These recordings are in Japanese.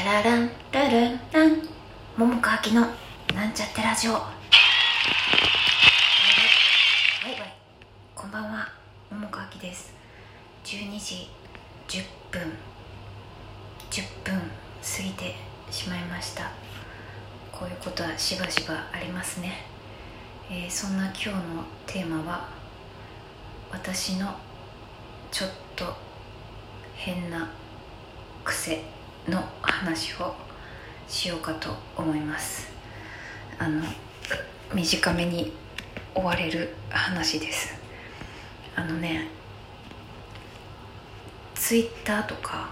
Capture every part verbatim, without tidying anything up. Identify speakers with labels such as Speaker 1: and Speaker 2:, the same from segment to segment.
Speaker 1: ララランラランラン桃川きのなんちゃってラジオ。はいはい、こんばんは、桃川きです。じゅうにじじゅっぷんじゅっぷん過ぎてしまいました。こういうことはしばしばありますね。えー、そんな今日のテーマは、私のちょっと変な癖の話をしようかと思います。あの短めに終われる話です。あのね、ツイッターとか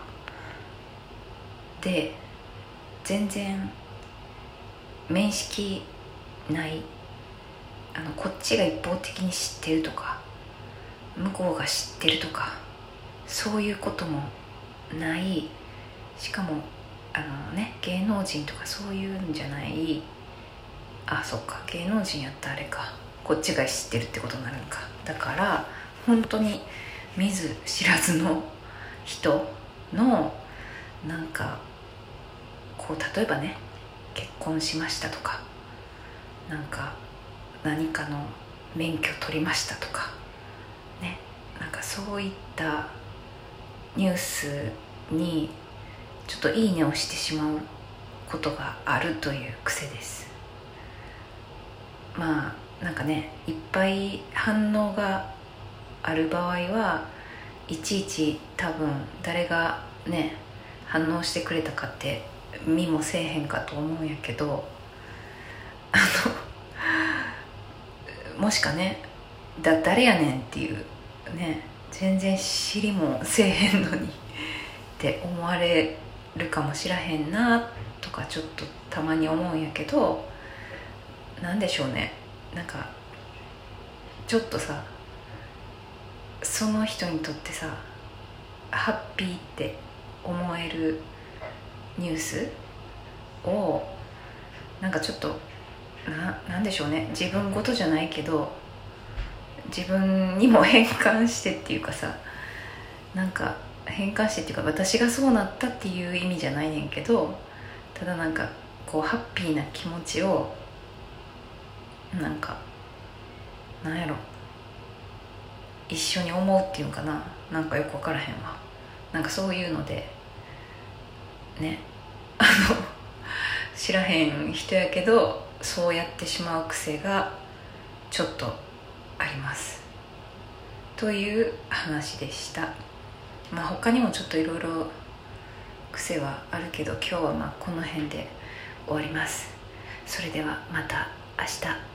Speaker 1: で全然面識ない、あのこっちが一方的に知ってるとか向こうが知ってるとか、そういうこともない、しかもあのね、芸能人とかそういうんじゃない、あ、そっか、芸能人やったらあれか、こっちが知ってるってことになるのか。だから本当に見ず知らずの人の、なんかこう、例えばね、結婚しましたとか、なんか何かの免許取りましたとかね、なんかそういったニュースにちょっといいねをしてしまうことがあるという癖です。まあなんかね、いっぱい反応がある場合はいちいち多分誰がね反応してくれたかって見もせえへんかと思うんやけど、あのもしかね、だ誰やねんっていうね、全然知りもせえへんのにって思われるかもしらへんなとかちょっとたまに思うんやけど、なんでしょうね、なんかちょっとさ、その人にとってさハッピーって思えるニュースをなんかちょっと な, なんでしょうね、自分ごとじゃないけど自分にも変換してっていうかさ、なんか変換してっていうか、私がそうなったっていう意味じゃないねんけど、ただなんかこうハッピーな気持ちをなんかなんやろ、一緒に思うっていうのかな、なんかよく分からへんわ。なんかそういうのでね、あの知らへん人やけどそうやってしまう癖がちょっとありますという話でした。まあ他にもちょっといろいろ癖はあるけど、今日はまあこの辺で終わります。それではまた明日。